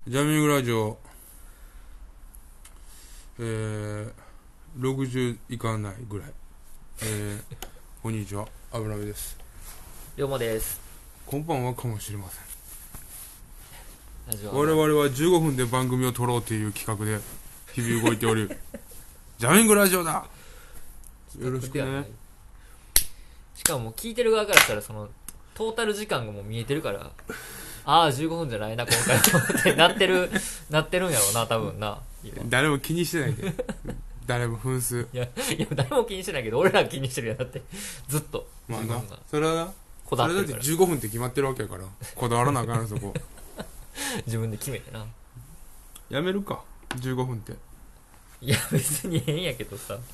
ジャミングラジオ、60いかないぐらい。こんにちは、油目です。 龍馬です。 こんばんはかもしれません。 ラジオ我々は15分で番組を撮ろうという企画で日々動いておりジャミングラジオだ。よろしくね。 しかも聞いてる側からしたらそのトータル時間がもう見えてるから、ああ15分じゃないな今回ってなってるんやろうな、多分な。 誰も気にしてないで誰も分数いや誰も気にしてないけど俺ら気にしてるやん。だってずっとまあな、それはな、 こだわってるから、 それだって15分って決まってるわけやからこだわらなあかんそこ自分で決めてな。 やめるか15分って。 いや別に変やけどさ、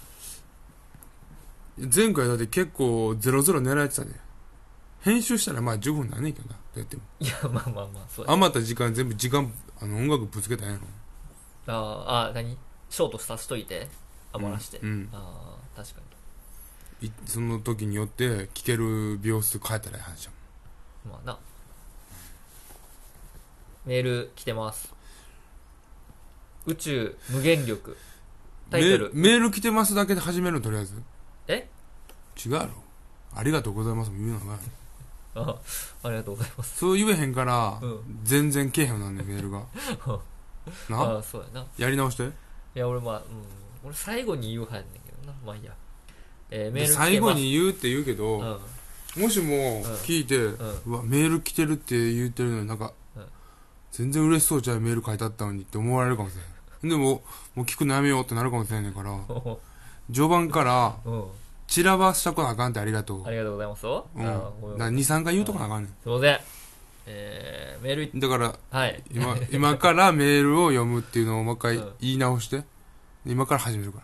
前回だって結構00狙えてたね。編集したらまあ15分なんねんけどな、どうやっても。 いやまあそうや。 余った時間全部音楽ぶつけたんやろ。 何ショートさせといて余らして、 うん確かその時によって聴ける秒数変えたらいい話やに。まあな。メール来てます。宇宙無限力タイトル。 メール来てますだけで始めるの。とりあえず違うやろ。ありがとうございますも言うのがありがとうございます。 そう言えへんから、 うん、 全然けえへんなんねんメールがな。 そうやな。 やり直して。 いや俺俺最後に言う派やねんけどな。まあいいや。メール来てます。 最後に言うって言うけど、もしも聞いて、うわメール来てるって言ってるのになんか、全然嬉しそうじゃんメール書いてあったのにって思われるかもしれん。でもう聞くのやめようってなるかもしれんねんから序盤から散らばしたこなあかんって。ありがとう。 ありがとうございますよ。 2、3回言うとこなあかんねん。 すいません。メールだから、 はい、 今からメールを読むっていうのをもう一回言い直して、今から始めるから。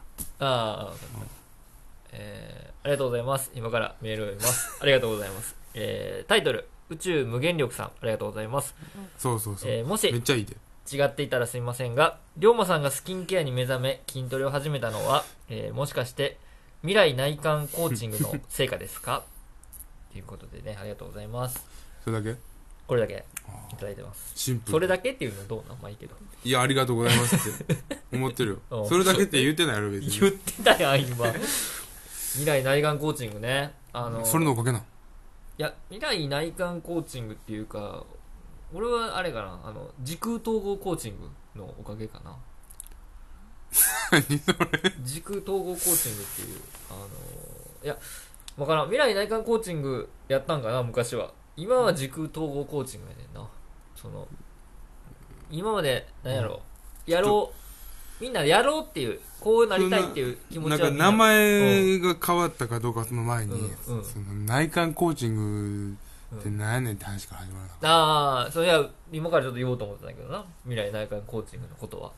ありがとうございます。今からメールを読みます。ありがとうございます。タイトル宇宙無限力さん、ありがとうございます。 そうそうそう、 もしめっちゃいいで。 違っていたらすみませんが、龍馬さんがスキンケアに目覚め筋トレを始めたのは、もしかして未来内観コーチングの成果ですかということでね、ありがとうございます。 それだけこれだけいただいてます。 シンプル。 それだけっていうのはどうなん？まあいいけど。 いや、ありがとうございますって思ってるよそれだけって言ってないやろ別に。 言ってたやん今未来内観コーチングね。 それのおかげな。 いや未来内観コーチングっていうか、俺はあれかな、時空統合コーチングのおかげかな。 何それ。 時空統合コーチングっていう、いやわからん、未来内観コーチングやったんかな昔は。今は時空統合コーチングやねんな。その今まで何やろう、やろう、みんなやろうっていう、こうなりたいっていう気持ちはなんか名前が変わったかどうかの前に、その内観コーチングって何やねんって話から始まるな。 それは今からちょっと言おうと思ってたんだけどな、未来内観コーチングのことは。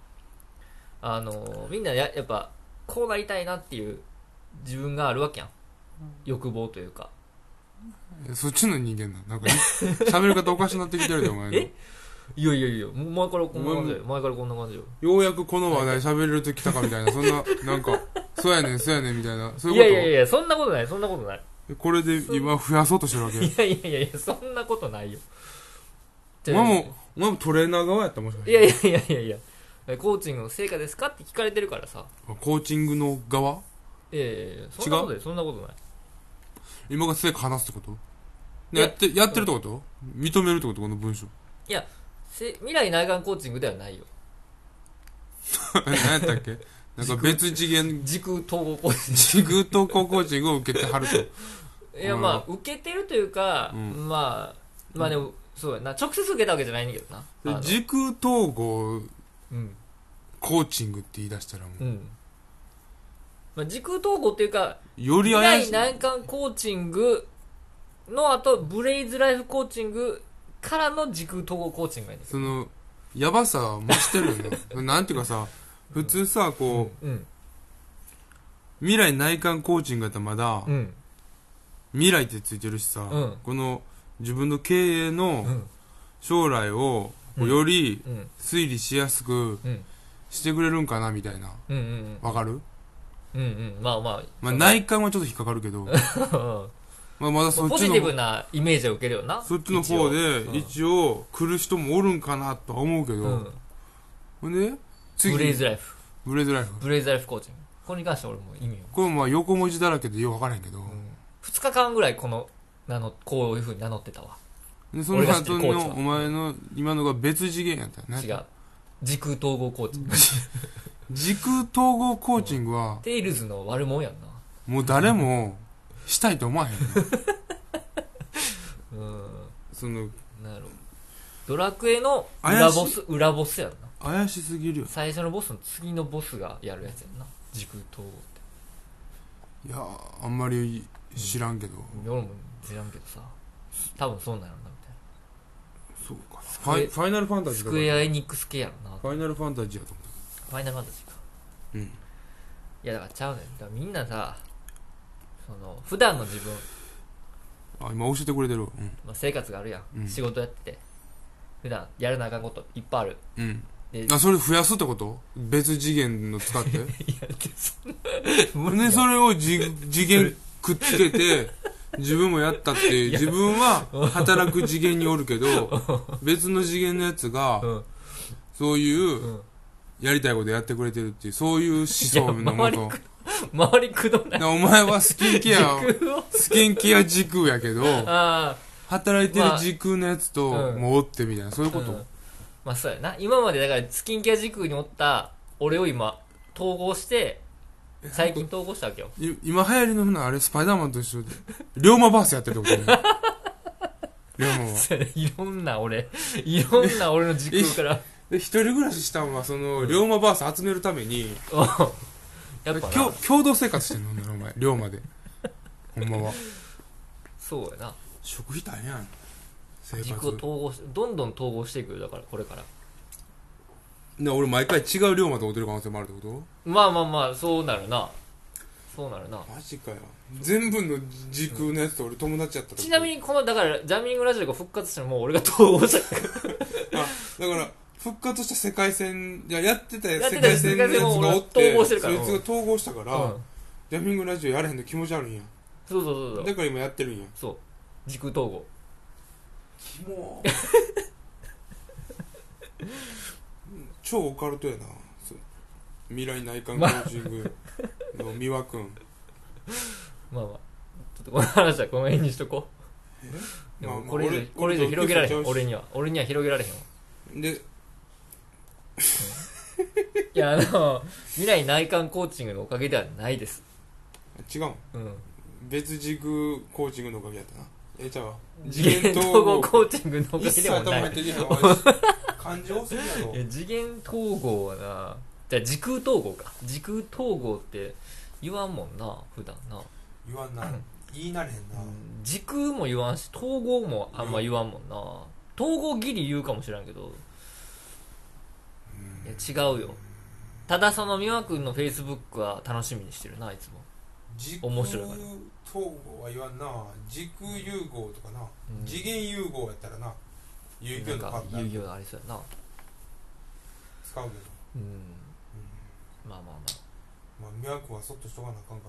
みんなやっぱこうなりたいなっていう自分があるわけやん、欲望というか。 そっちの人間なんか喋り方おかしくなってきてるでお前の。 いや前からこんな感じよ。 ようやくこの話題喋れるときたかみたいな、そんななんかそうやねんみたいな、そういうこと。 いやそんなことない。 これで今増やそうとしてるわけ。 いやそんなことないよ。 お前もトレーナー側やった。もしかして。 いやコーチングの成果ですかって聞かれてるからさ。 コーチングの側。 いやそんなことない。そんなことない。 今が成果話すってこと？やってるってこと？認めるってこと？この文章。 いや未来内観コーチングではないよ。 何やったっけ？なんか別次元時空統合コーチング。 時空統合コーチングを受けてはると。 いやまあ受けてるというか、まあでもそうやな、直接受けたわけじゃないんだけどな。 時空統合コーチングって言い出したらもう、 まあ、時空統合っていうかより未来内観コーチングの後ブレイズライフコーチングからの時空統合コーチングやねん。 そのやばさ増してるよねなんていうかさ、普通さこう、未来内観コーチングやったらまだ、未来ってついてるしさ、この自分の経営の将来をより推理しやすくしてくれるんかなみたいな。わかる？まあまあ内観はちょっと引っかかるけどまあ、まだそっちのポジティブなイメージを受けるよな。 そっちの方で一応来る人もおるんかなとは思うけど、ほんでブレイズライフブレイズライフコーチング、これに関しては俺も意味を、 これもまあ横文字だらけでよく分からへんけど、 2日間ぐらいこういう風に名乗ってたわ。 でその後のお前の今のが別次元やったよね。 違う、時空統合コーチング時空統合コーチングはテイルズの悪者やんな。 もう誰もしたいと思わへんのそのなるほど。ドラクエの裏ボスやんな。 怪しすぎるよ。 最初のボスの次のボスがやるやつやんな、時空統合って。 いやあんまり知らんけど、 俺も知らんけどさ、多分そうなんやろなみそうかファイナルファンタジースクエアエニックス系やろな。 ファイナルファンタジーやと思ファイナルファンタジーか。いやだからちゃうねん。だからみんなさ、その普段の自分、 今教えてくれてる、 まあ、生活があるやん、仕事やってて普段やらなあかんこといっぱいある。 でそれ増やすってこと？別次元の使っていやでそれを次元くっつけて自分もやったって自分は働く次元におるけど別の次元のやつがそういうやりたいことやってくれてるっていう、そういう思想のもと周りくどない。 お前はスキンケア時空やけど働いてる時空のやつともうおってみたいな、そういうこと、 まあそうやな。今までだからスキンケア時空におった俺を今統合して最近統合したわけよ。 今流行りのあれスパイダーマンと一緒で龍馬バースやってるってことね龍馬はいろんな俺の時空からで一人暮らししたんはその龍馬バース集めるためにやっぱ共同生活してんのねお前龍馬でほんまはそうやな。 食費大変やん生活。 時空を統合しどんどん統合していくよ。だからこれから俺毎回違う龍馬と会ってる可能性もあるってこと？ まあそうなるな。マジかよ。全部の時空のやつと俺友達やったら、 ちなみにこのだからジャミングラジオが復活したのも俺が統合しただから復活した世界線やってた世界線のやつがおってそいつが統合したから、ジャミングラジオやれへんの気持ち悪いんや。 そうだから今やってるんや。 そう時空統合キモ超オカルトやな。未来内観コーチングの三輪くんまあちょっとこの話はこの辺にしとこう。でもこれ以上広げられへん。俺には広げられへんわ。 で、 いや未来内観コーチングのおかげではないです。 違う、別時空コーチングのおかげやったな。ちゃうわ、 次元統合コーチングのおかげでもない。 漢字多すぎやろ。 次元統合はな、じゃあ時空統合か。時空統合って言わんもんな普段な。 言わんな、言いなれへんな、 時空も言わんし統合もあんま言わんもんな。統合ギリ言うかもしれんけど、いや違うよ。ただその美和くんのフェイスブックは楽しみにしてるな、いつも。面白いから。 統合は言わんな。時空融合とかな、次元融合やったらな、遊戯王のパッターン遊戯王ありそうやな。 使うけど、まあ美和くんはそっとしとかなあかんから、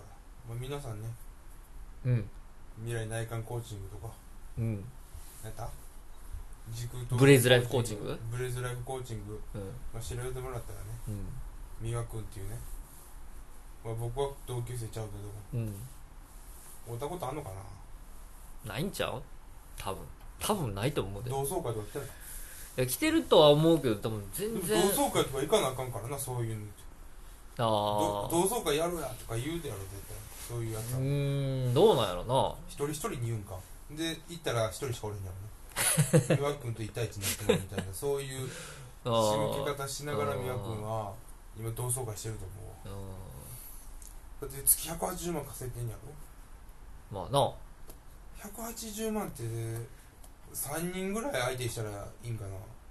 皆さんね、未来内観コーチングとか、やった時空とブレイズライフコーチング調べてもらったらね、美和くんっていうね、僕は同級生ちゃうけど、会ったことあんのかな。 ないんちゃう。多分ないと思うで。 同窓会とか来てない？ いや来てるとは思うけど多分全然。 同窓会とか行かなあかんからな、そういうの。同窓会やるやとか言うでやろ絶対。そういうやつはどうなんやろな。 一人一人に言うんかで、行ったら一人しかおれへんやろね。美和くんと一対一になってもらうみたいな、そういう仕向け方しながら美和くんは今同窓会してると思う。だって月180万稼いでんやろ。 まあな、 180万って3人ぐらい相手したらいいんかな。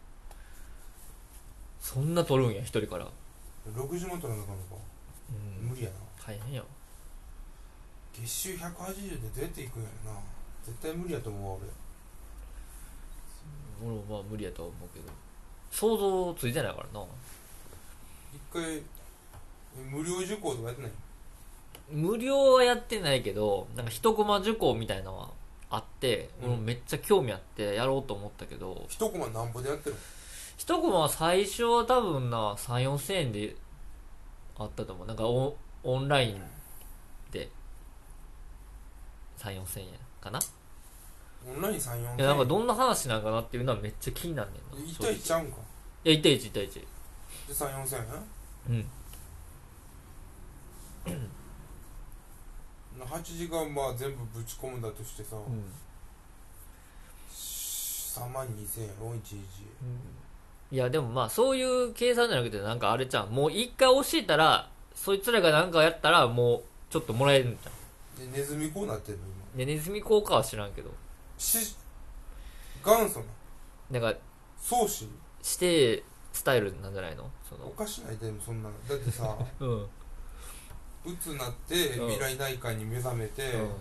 そんな取るんや、一人から 60万取らなあかんのか。無理やな、 大変や。 月収180でどうやっていくんやろな。絶対無理やと思うわ俺もまあ無理やとは思うけど、想像ついてないからな。 一回無料受講とかやってない？ 無料はやってないけどなんか一コマ受講みたいなのはあって、俺めっちゃ興味あってやろうと思ったけど、 一コマなんぼでやってるの？ 一コマは最初は多分な3、4千円であったと思う。なんかオンラインで3、4千円かな。 オンライン3、4千円。 いやなんかどんな話なんかなっていうのはめっちゃ気になんねんな。 1対1ちゃうんか。 いや1対1、1対1 で3、4千円。 うん 8時間まあ全部ぶち込むんだとしてさ、 うん 3万2千円やろ1日。 いやでもまあそういう計算じゃなくてなんかあれじゃん、もう一回教えたらそいつらがなんかやったらもうちょっともらえるんじゃん。 でネズミこうなってんの今。 ネズミ効果は知らんけど元祖ななんか宗師指定スタイルなんじゃないのそおの。 かしないでもそんなのだってさうんうつなってうん未来内科に目覚めてうん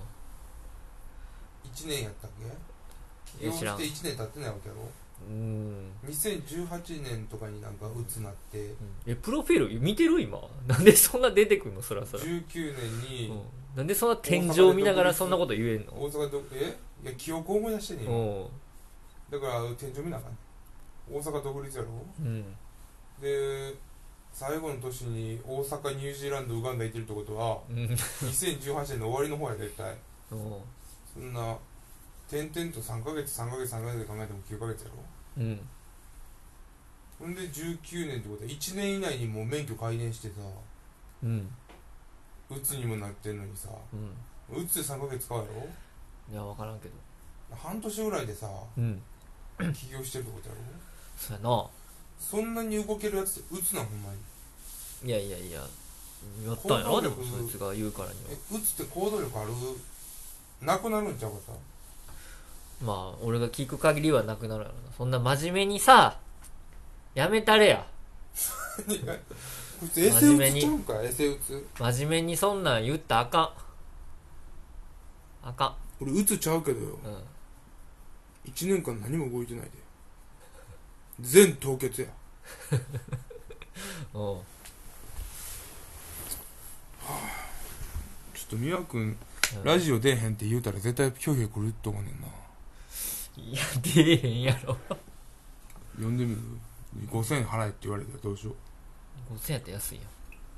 1年やったっけ？ いや知らん。 して1年経ってないわけやろ。2018年とかになんかうつなってプロフィール見てる今なんでそんな出てくるのそらそら、 19年になんでそんな天井見ながらそんなこと言えんの。 大阪でいや記憶を思い出してんねん今うんだから天井見なあかんねん。大阪独立やろ。 うんで最後の年に大阪ニュージーランドウガンダ行ってるってことはうん 2018年の終わりの方や絶対。 うんそんな点々と3ヶ月3ヶ月3ヶ月で考えても9ヶ月やろ。 うんほんで19年ってことは1年以内にもう免許改伝してさうんうつにもなってんのにさうんうつで3ヶ月使うやろ。 いや分からんけど半年ぐらいでさうん起業してるってことやろ。 そうやな。 そんなに動けるやつってうつなほんまに。 いやいやいややったんやろでもそいつが言うからには。 うつって行動力あるなくなるんちゃうかさ。 まあ俺が聞く限りはなくなるやろな。そんな真面目にさやめたれや。 こいつエセうつちゃうんか。エセうつ真面目にそんなん言ったらあかんあか俺うつちゃうけどよん。うん 1年間何も動いてないで全凍結や。 おうちょっと美和君うんラジオ出えへんって言うたら絶対拒否来ると思うねんな。 いや出えへんやろ。 呼んでみる5000円払えって言われたらどうしよう。 5000円やったら安いやん。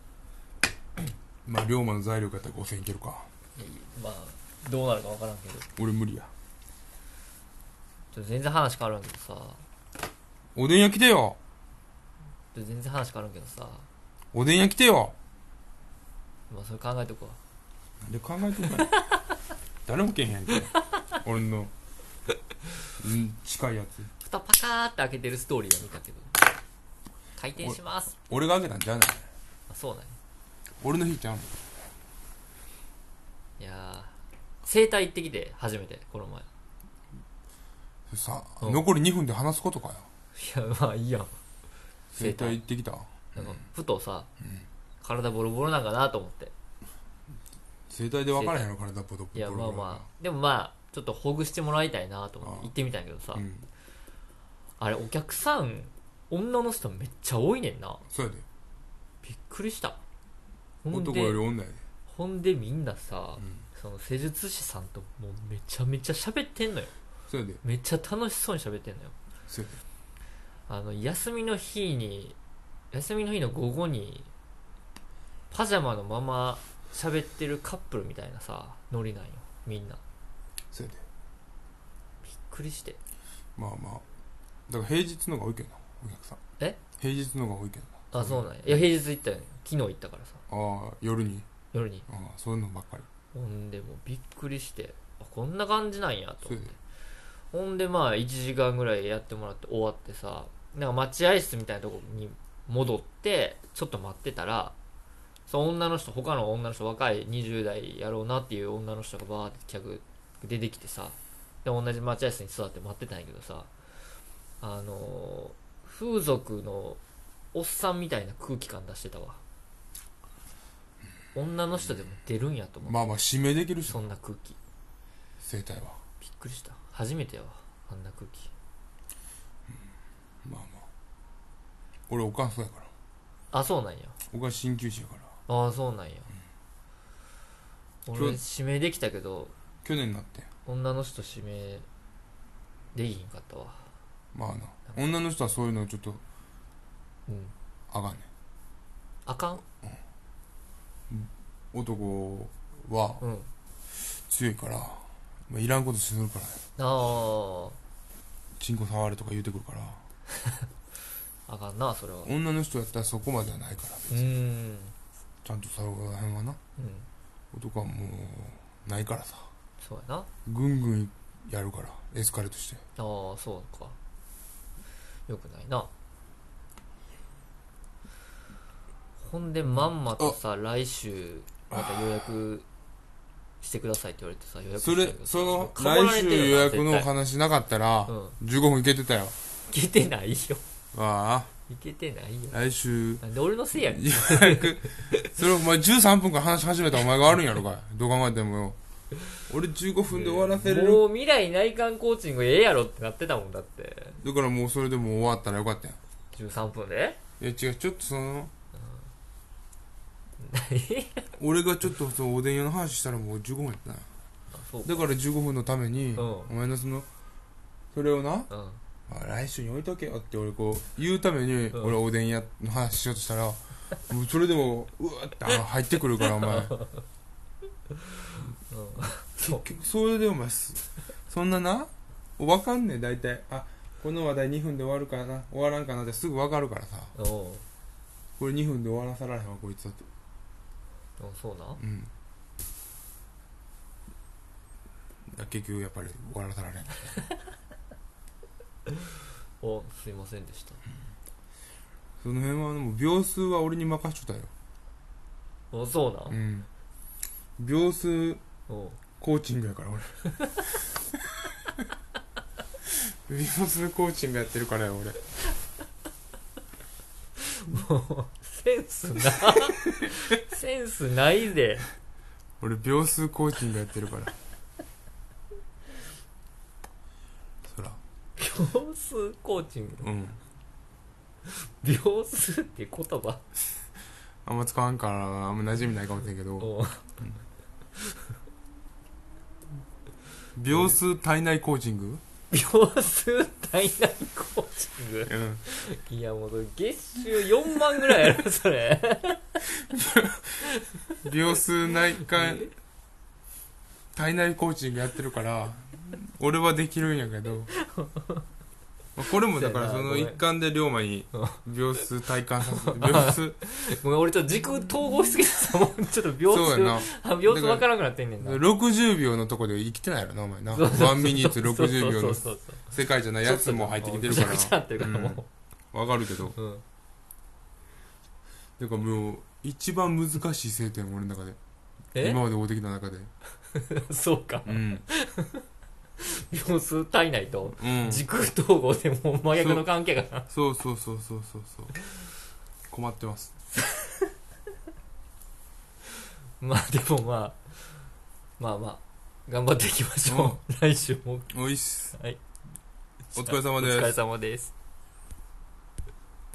まあ龍馬の財力やったら5000円いけるか。 いやまあどうなるか分からんけど俺無理や。 ちょっと全然話変わるんけどさおでん屋来てよ。 全然話変わるんけどさおでん屋来てよ。 まあそれ考えとくわ。 なんで考えてんの誰も来へんやんけ俺の近いやつ。 蓋パカーって開けてるストーリーは見たけど開店します。 俺が開けたんじゃない。 あそうなんや。 俺の日ちゃうの。 いやー整体行ってきて初めてこの前。 さうん残り2分で話すことかよ。 いやまあいいやん。 整体行ってきた。 なんかふとさ、体ボロボロなんかなと思って。 整体で分からへんやろ体ボロボロ。 いやまあまあでもまあちょっとほぐしてもらいたいなと思って行ってみたんやけどさ、あれお客さん女の人めっちゃ多いねんな。 そうやで。 びっくりした。ほん男でより女やで。 ほんでみんなさ、その施術師さんともうめちゃめちゃ喋ってんのよ。 そうやで。 めっちゃ楽しそうに喋ってんのよ。 そうやで。 休みの日の午後にパジャマのまま喋ってるカップルみたいなさノリなんよみんな。 そうやで。 びっくりして。 まあまあだから平日のが多いけどなお客さん。平日のが多いけどな。 あそうなんや。いや平日行ったよね。昨日行ったからさああ夜に。 夜に。 ああそういうのばっかり。 ほんでもうびっくりしてこんな感じなんやと思って。 そうやで。 ほんでまあ1時間ぐらいやってもらって終わってさなんか待合室みたいなとこに戻ってちょっと待ってたらその女の人他の女の人若い20代やろうなっていう女の人がバーって客出てきてさで同じ待合室に座って待ってたんやけどさ風俗のおっさんみたいな空気感出してたわ。女の人でも出るんやと思う。 まあまあ指名できるしそんな空気整体は。 びっくりした。初めてやわあんな空気。 まあまあ俺おかんそうやから。 あそうなんや。 おかん鍼灸師やから。 ああそうなんや。 俺指名できたけど去年になって女の人指名できひんかったわ。 まあな、女の人はそういうのちょっとあかんね。 あかん、 男は強いから、まあ、いらんことするからね。 あチンコ触れとか言うてくるからあかんなそれは。 女の人やったらそこまではないから別にちゃんとそこら辺はな、男はもうないからさ。 そうやな。 ぐんぐんやるからエスカレートして。 ああそうか、よくないな。ほんでまんまとさ、来週また予約してくださいって言われてさ、予約してるけどさ、 その来週予約の話なかったら15分いけてたよ。 いけてないよ。 ああいけてないよ。 来週なんで俺のせいやねん。 予約それお前13分間話し始めたお前が悪いんやろかい。どう考えてもよ。俺15分で終わらせれる。 もう未来内観コーチングええやろってなってたもんだって。 だからもうそれでもう終わったらよかったやん。 13分で。 いや違う、ちょっとその俺がちょっとそのおでん屋の話したらもう15分やったな。だから15分のために、お前のそれをな、来週に置いとけよって俺こう言うために、俺おでん屋の話しようとしたらもうそれでもうわって入ってくるからお前結局それでお前そんなな分かんねえ大体。あ、この話題2分で終わるかな終わらんかなってすぐ分かるからさ。これ2分で終わらさられへんわこいつだって。 そうな。 だ結局やっぱり終わらさられんお、すいませんでした。 その辺はもう秒数は俺に任しとったよ。 お、そうな。 秒数コーチングやから俺秒数コーチングやってるからよ俺。 もうセンスなセンスないで。 俺秒数コーチングやってるからそら秒数コーチング、秒数って言葉あんま使わんからあんま馴染みないかもしれんけど、秒数体内コーチング、 秒数体内コーチング、いやもう月収4万ぐらいやろそれ秒数内観体内コーチングやってるから俺はできるんやけどこれもだからその一環で龍馬に秒数体感させて秒数ごめん俺ちょっと時空統合しすぎてさもうちょっと秒数秒数分からなくなってんねんな。 60秒のとこで生きてないやろなお前な。1ミニッツ60秒の世界じゃないやつも入ってきてるから分かるけど、だからもう一番難しい晴天俺の中で今まで会うてきた中でそうか、秒数体内と時空統合でもう真逆の関係がな。 そう困ってますまあでもまあ頑張っていきましょう来週もおいっす、 はい、 お疲れ様です。 お疲れ様です。